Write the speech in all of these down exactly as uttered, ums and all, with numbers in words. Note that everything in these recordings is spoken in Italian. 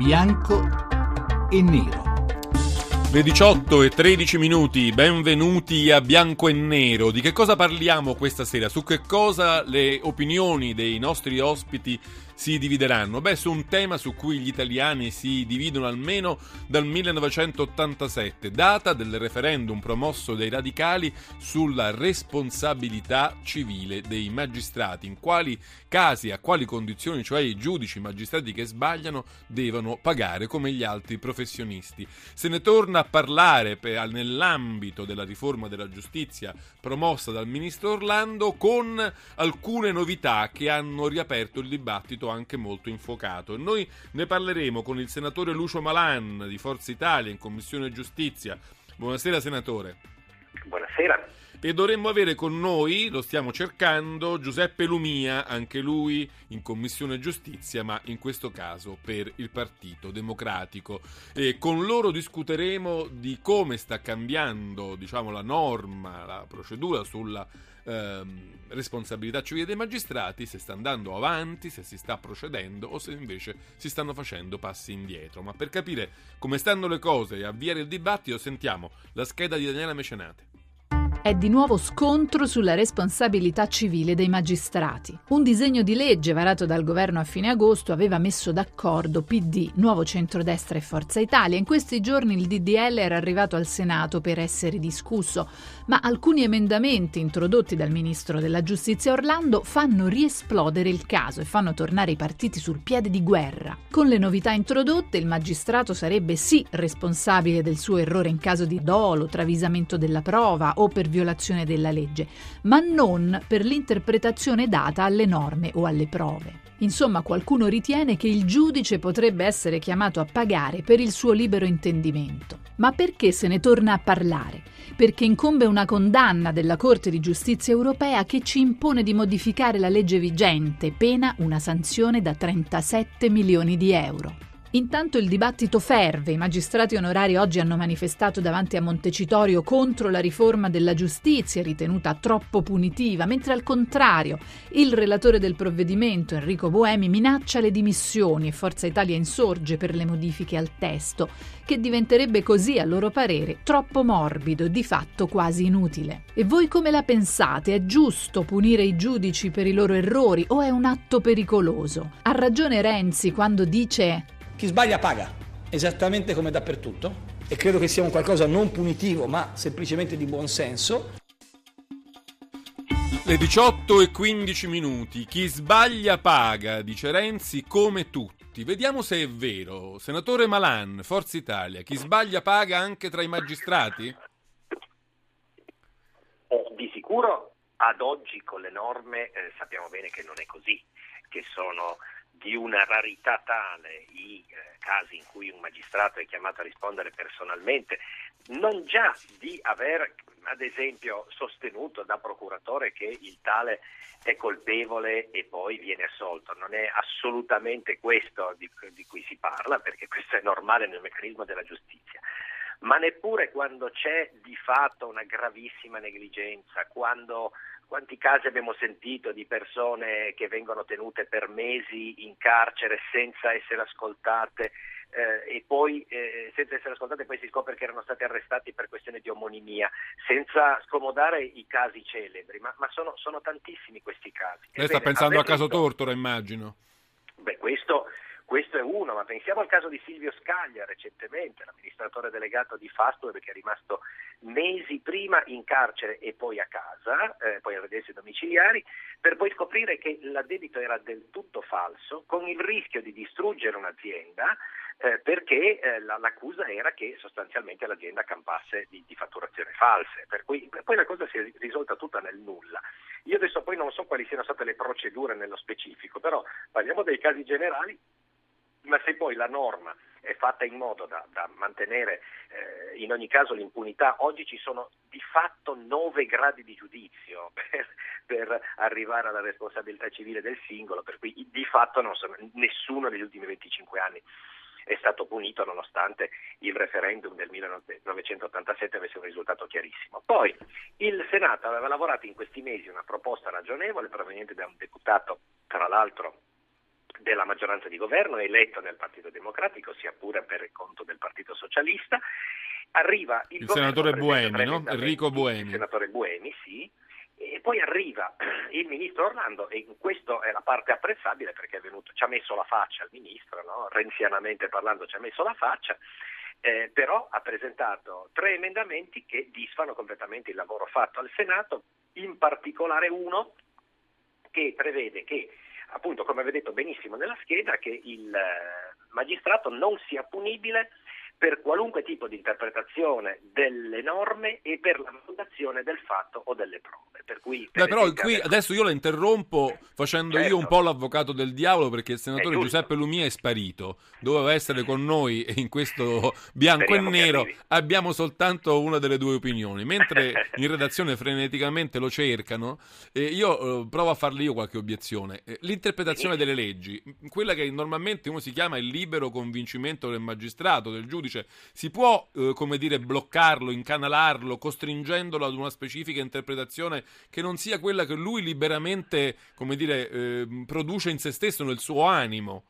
bianco e nero. Le diciotto e tredici minuti, benvenuti a Bianco e Nero. Di che cosa parliamo questa sera? Su che cosa le opinioni dei nostri ospiti si divideranno? Beh, su un tema su cui gli italiani si dividono almeno dal millenovecentottantasette, data del referendum promosso dai radicali sulla responsabilità civile dei magistrati. In quali casi, a quali condizioni, cioè i giudici, i magistrati che sbagliano devono pagare come gli altri professionisti. Se ne torna a parlare per, nell'ambito della riforma della giustizia promossa dal ministro Orlando, con alcune novità che hanno riaperto il dibattito anche molto infuocato. E noi ne parleremo con il senatore Lucio Malan di Forza Italia in Commissione Giustizia. Buonasera senatore. Buonasera. E dovremmo avere con noi, lo stiamo cercando, Giuseppe Lumia, anche lui in Commissione Giustizia, ma in questo caso per il Partito Democratico. E con loro discuteremo di come sta cambiando, diciamo, la norma, la procedura sulla ehm, responsabilità civile dei magistrati, se sta andando avanti, se si sta procedendo o se invece si stanno facendo passi indietro. Ma per capire come stanno le cose e avviare il dibattito sentiamo la scheda di Daniela Mecenate. È di nuovo scontro sulla responsabilità civile dei magistrati. Un disegno di legge varato dal governo a fine agosto aveva messo d'accordo P D, Nuovo Centrodestra e Forza Italia. In questi giorni il D D L era arrivato al Senato per essere discusso, ma alcuni emendamenti introdotti dal ministro della Giustizia Orlando fanno riesplodere il caso e fanno tornare i partiti sul piede di guerra. Con le novità introdotte, il magistrato sarebbe sì responsabile del suo errore in caso di dolo, travisamento della prova o per violazione della legge, ma non per l'interpretazione data alle norme o alle prove. Insomma, qualcuno ritiene che il giudice potrebbe essere chiamato a pagare per il suo libero intendimento. Ma perché se ne torna a parlare? Perché incombe una condanna della Corte di Giustizia Europea che ci impone di modificare la legge vigente, pena una sanzione da trentasette milioni di euro. Intanto il dibattito ferve. I magistrati onorari oggi hanno manifestato davanti a Montecitorio contro la riforma della giustizia ritenuta troppo punitiva, mentre al contrario il relatore del provvedimento, Enrico Buemi, minaccia le dimissioni e Forza Italia insorge per le modifiche al testo, che diventerebbe così, a loro parere, troppo morbido, di fatto quasi inutile. E voi come la pensate? È giusto punire i giudici per i loro errori o è un atto pericoloso? Ha ragione Renzi quando dice: chi sbaglia paga, esattamente come dappertutto, e credo che sia un qualcosa non punitivo ma semplicemente di buon senso. Le diciotto e quindici minuti, chi sbaglia paga, dice Renzi, come tutti. Vediamo se è vero. Senatore Malan, Forza Italia, chi sbaglia paga anche tra i magistrati? Oh, di sicuro ad oggi con le norme eh, sappiamo bene che non è così, che sono di una rarità tale i eh, casi in cui un magistrato è chiamato a rispondere personalmente, non già di aver, ad esempio, sostenuto da procuratore che il tale è colpevole e poi viene assolto. Non è assolutamente questo di, di cui si parla, perché questo è normale nel meccanismo della giustizia. Ma neppure quando c'è di fatto una gravissima negligenza, quando quanti casi abbiamo sentito di persone che vengono tenute per mesi in carcere senza essere ascoltate eh, e poi eh, senza essere ascoltate poi si scopre che erano stati arrestati per questione di omonimia, senza scomodare i casi celebri, ma, ma sono, sono tantissimi questi casi. Lei sta Ebbene, pensando a caso detto, Tortora, immagino. Beh, questo... Questo è uno, ma pensiamo al caso di Silvio Scaglia recentemente, l'amministratore delegato di Fastweb che è rimasto mesi prima in carcere e poi a casa, eh, poi a vedersi domiciliari, per poi scoprire che l'addebito era del tutto falso, con il rischio di distruggere un'azienda, eh, perché eh, la, l'accusa era che sostanzialmente l'azienda campasse di, di fatturazione false, per cui poi la cosa si è risolta tutta nel nulla. Io adesso poi non so quali siano state le procedure nello specifico, però parliamo dei casi generali. Ma se poi la norma è fatta in modo da, da mantenere eh, in ogni caso l'impunità, oggi ci sono di fatto nove gradi di giudizio per, per arrivare alla responsabilità civile del singolo, per cui di fatto non sono, nessuno negli ultimi venticinque anni è stato punito, nonostante il referendum del millenovecentottantasette avesse un risultato chiarissimo. Poi il Senato aveva lavorato in questi mesi una proposta ragionevole proveniente da un deputato, tra l'altro della maggioranza di governo, eletto nel Partito Democratico, sia pure per conto del Partito Socialista. Arriva il, il governo, senatore Buemi, no? Enrico Enrico Buemi. Il senatore Buemi, sì. E poi arriva il ministro Orlando, e questo è la parte apprezzabile, perché è venuto, ci ha messo la faccia il ministro, no? Renzianamente parlando ci ha messo la faccia, eh, però ha presentato tre emendamenti che disfano completamente il lavoro fatto al Senato, in particolare uno che prevede che, appunto, come avete detto benissimo nella scheda, che il eh, magistrato non sia punibile per qualunque tipo di interpretazione delle norme e per la valutazione del fatto o delle prove. Per cui, per Beh, però esempio, qui adesso io la interrompo facendo certo. io un po' l'avvocato del diavolo, perché il senatore giusto. Giuseppe Lumia è sparito, doveva essere con noi e in questo bianco Speriamo e che nero arrivi. abbiamo soltanto una delle due opinioni, mentre in redazione freneticamente lo cercano, eh, io eh, provo a farle io qualche obiezione. Eh, l'interpretazione delle leggi, quella che normalmente uno si chiama il libero convincimento del magistrato, del giudice, si può eh, come dire bloccarlo, incanalarlo, costringendolo ad una specifica interpretazione che non sia quella che lui liberamente, come dire, eh, produce in se stesso, nel suo animo.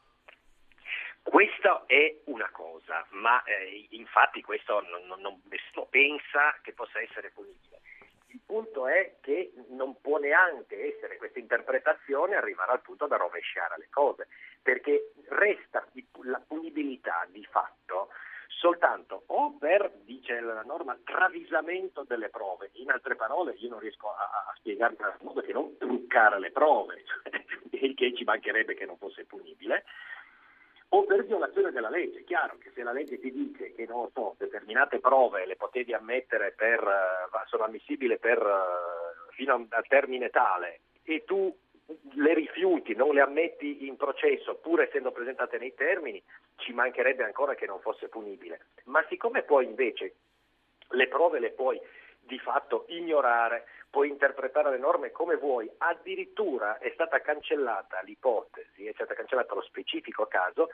Questo è una cosa, ma eh, infatti questo non, non, non, nessuno pensa che possa essere punibile. Il punto è che non può neanche essere questa interpretazione arrivare al punto da rovesciare le cose, perché resta la punibilità di fatto soltanto o per, dice la norma, travisamento delle prove. In altre parole, io non riesco a, a spiegarmi in modo che non truccare le prove, il che ci mancherebbe che non fosse punibile, o per violazione della legge. È chiaro che se la legge ti dice che, non so, determinate prove le potevi ammettere per, uh, sono ammissibili per uh, fino al termine tale, e tu le rifiuti, non le ammetti in processo pur essendo presentate nei termini, ci mancherebbe ancora che non fosse punibile. Ma siccome poi invece le prove le puoi di fatto ignorare, puoi interpretare le norme come vuoi, addirittura è stata cancellata l'ipotesi, è stata cancellata lo specifico caso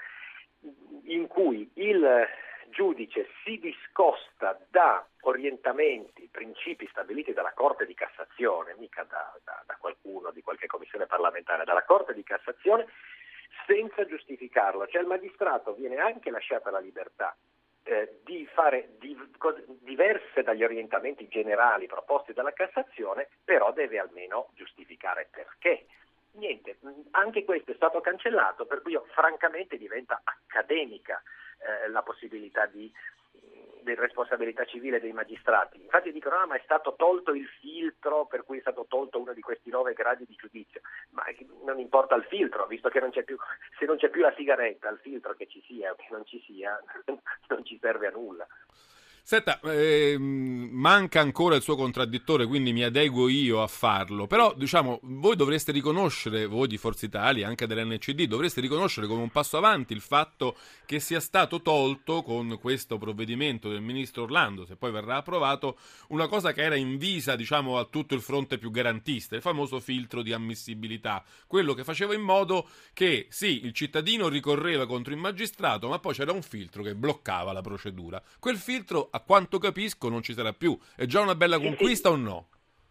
in cui il giudice si discosta da orientamenti, principi stabiliti dalla Corte di Cassazione, mica da, da, da qualcuno di qualche commissione parlamentare, dalla Corte di Cassazione, senza giustificarlo. Cioè il magistrato viene anche lasciata la libertà eh, di fare di, cose diverse dagli orientamenti generali proposti dalla Cassazione, però deve almeno giustificare perché. Niente, anche questo è stato cancellato, per cui io, francamente diventa accademica eh, la possibilità di, di responsabilità civile dei magistrati. Infatti dicono, ah, ma è stato tolto il filtro, per cui è stato tolto uno di questi nove gradi di giudizio. Ma non importa il filtro, visto che non c'è più, se non c'è più la sigaretta, il filtro che ci sia o che non ci sia, non ci serve a nulla. Senta, eh, manca ancora il suo contraddittore, quindi mi adeguo io a farlo, però diciamo voi dovreste riconoscere, voi di Forza Italia, anche dell'N C D, dovreste riconoscere come un passo avanti il fatto che sia stato tolto con questo provvedimento del ministro Orlando, se poi verrà approvato, una cosa che era invisa, diciamo, a tutto il fronte più garantista, il famoso filtro di ammissibilità, quello che faceva in modo che sì, il cittadino ricorreva contro il magistrato, ma poi c'era un filtro che bloccava la procedura. Quel filtro, a quanto capisco, non ci sarà più. È già una bella conquista o no?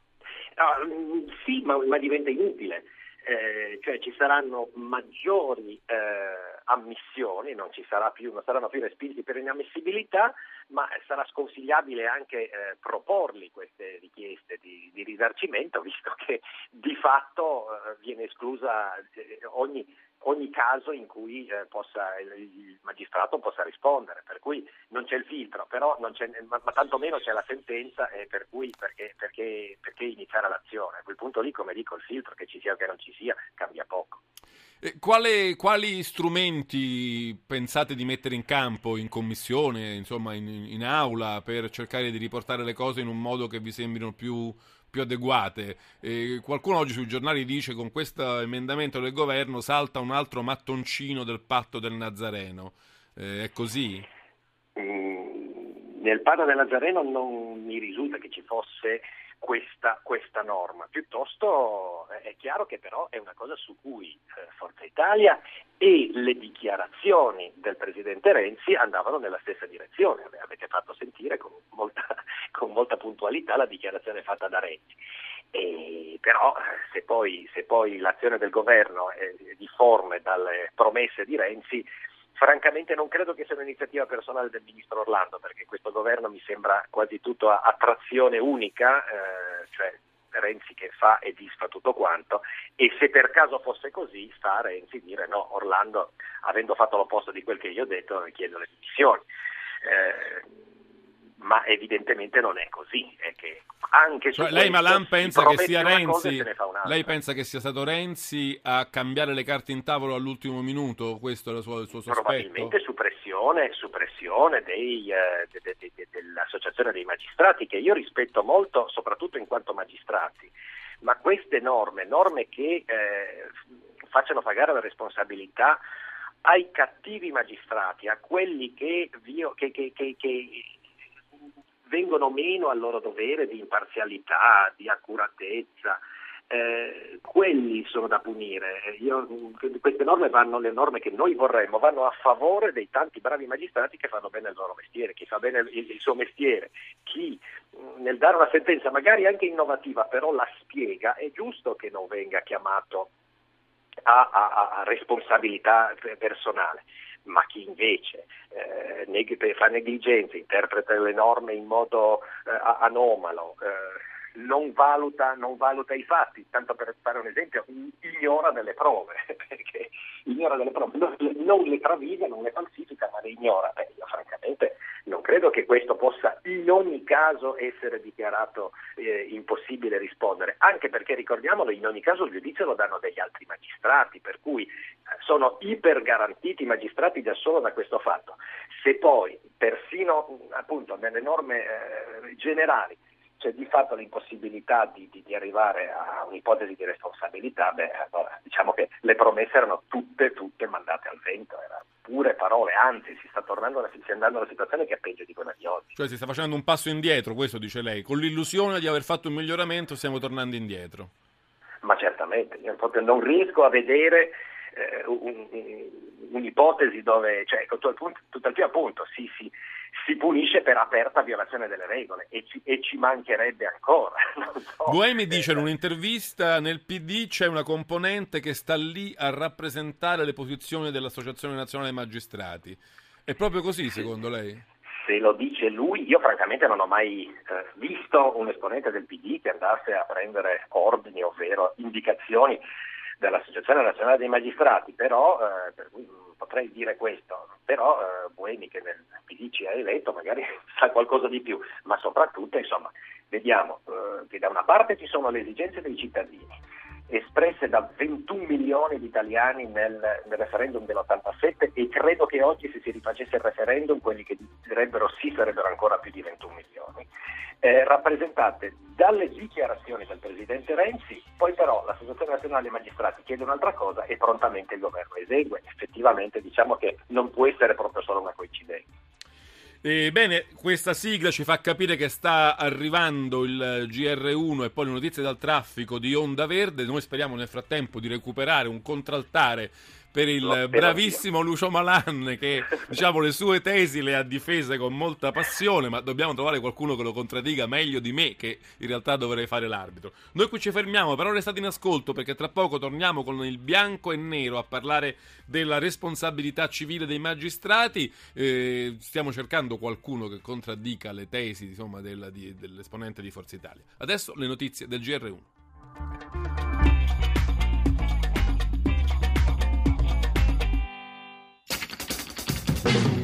No, sì, ma, ma diventa inutile. Eh, cioè ci saranno maggiori eh, ammissioni, non ci sarà più, non saranno più respinti per inammissibilità, ma sarà sconsigliabile anche eh, proporli queste richieste di, di risarcimento, visto che di fatto eh, viene esclusa eh, ogni ogni caso in cui eh, possa, il, il magistrato possa rispondere, per cui non c'è il filtro, però non c'è, ma, ma tantomeno c'è la sentenza, e per cui perché, perché, perché iniziare l'azione? A quel punto lì, come dico, il filtro, che ci sia o che non ci sia, cambia poco. E quale, quali strumenti pensate di mettere in campo in commissione, insomma in, in aula, per cercare di riportare le cose in un modo che vi sembrino più più adeguate? Eh, qualcuno oggi sui giornali dice che con questo emendamento del governo salta un altro mattoncino del patto del Nazareno. Eh, è così? Mm, nel patto del Nazareno non mi risulta che ci fosse questa, questa norma. Piuttosto è chiaro che però è una cosa su cui eh, Forza Italia e le dichiarazioni del Presidente Renzi andavano nella stessa direzione. Avete fatto sentire con molta, con molta puntualità la dichiarazione fatta da Renzi. E però se poi, se poi l'azione del governo è difforme dalle promesse di Renzi, francamente non credo che sia un'iniziativa personale del ministro Orlando, perché questo governo mi sembra quasi tutto a, a trazione unica, eh, cioè Renzi che fa e disfa tutto quanto, e se per caso fosse così sta a Renzi dire no, Orlando avendo fatto l'opposto di quel che io ho detto chiedo le dimissioni. Eh, ma evidentemente non è così, è che anche su cioè, lei Malan pensa che sia Renzi, lei pensa che sia stato Renzi a cambiare le carte in tavolo all'ultimo minuto? Questo è il suo, il suo sospetto? Probabilmente su pressione, su pressione dei, eh, de, de, de, de, dell'associazione dei magistrati, che io rispetto molto, soprattutto in quanto magistrati, ma queste norme, norme che eh, facciano pagare la responsabilità ai cattivi magistrati, a quelli che, che, che, che, che vengono meno al loro dovere di imparzialità, di accuratezza, eh, quelli sono da punire. Io, queste norme vanno, le norme che noi vorremmo, vanno a favore dei tanti bravi magistrati che fanno bene il loro mestiere, chi fa bene il, il suo mestiere, chi nel dare una sentenza magari anche innovativa però la spiega, è giusto che non venga chiamato a, a, a responsabilità personale. Ma chi invece eh, neg- fa negligenza, interpreta le norme in modo eh, anomalo, eh, non valuta, non valuta i fatti, tanto per fare un esempio, ignora delle prove, perché ignora delle prove, non, non le travisa, non le falsifica, ma le ignora. Beh, io francamente non credo che questo possa in ogni caso essere dichiarato eh, impossibile rispondere, anche perché ricordiamolo, in ogni caso il giudizio lo danno degli altri magistrati, per cui eh, sono iper garantiti i magistrati già solo da questo fatto. Se poi persino appunto nelle norme eh, generali c'è di fatto l'impossibilità di, di, di arrivare a un'ipotesi di responsabilità, beh, allora diciamo che le promesse erano tutte, tutte mandate al vento, erano pure parole, anzi si sta tornando, si sta andando a una situazione che è peggio di quella di oggi. Cioè si sta facendo un passo indietro, questo dice lei, con l'illusione di aver fatto un miglioramento stiamo tornando indietro. Ma certamente, io proprio non riesco a vedere eh, un, un, un'ipotesi dove, cioè, tutt'al più appunto si, si, si punisce per aperta violazione delle regole e ci, e ci mancherebbe ancora. Non so. Buemi dice in un'intervista nel P D c'è una componente che sta lì a rappresentare le posizioni dell'Associazione Nazionale Magistrati. È proprio così secondo lei? Se lo dice lui, io francamente non ho mai eh, visto un esponente del P D che andasse a prendere ordini, ovvero indicazioni dell'Associazione Nazionale dei Magistrati, però eh, per cui potrei dire questo, però eh, Buemi che nel P D ci ha eletto magari sa qualcosa di più, ma soprattutto insomma vediamo eh, che da una parte ci sono le esigenze dei cittadini espresse da ventuno milioni di italiani nel, nel referendum dell'ottantasette, e credo che oggi se si rifacesse il referendum quelli che direbbero sì sarebbero ancora più di ventuno milioni, eh, rappresentate dalle dichiarazioni del Presidente Renzi. Poi però l'Associazione Nazionale dei Magistrati chiede un'altra cosa e prontamente il governo esegue. Effettivamente diciamo che non può essere proprio solo una coincidenza. Eh, bene, questa sigla ci fa capire che sta arrivando il G R uno e poi le notizie dal traffico di Onda Verde. Noi speriamo nel frattempo di recuperare un contraltare per il no, bravissimo Lucio Malan che diciamo le sue tesi le ha difese con molta passione, ma dobbiamo trovare qualcuno che lo contraddiga meglio di me, che in realtà dovrei fare l'arbitro. Noi qui ci fermiamo, però restate in ascolto perché tra poco torniamo con il bianco e nero a parlare della responsabilità civile dei magistrati. Eh, stiamo cercando qualcuno che contraddica le tesi insomma della, di, dell'esponente di Forza Italia. Adesso le notizie del G R uno. Thank you.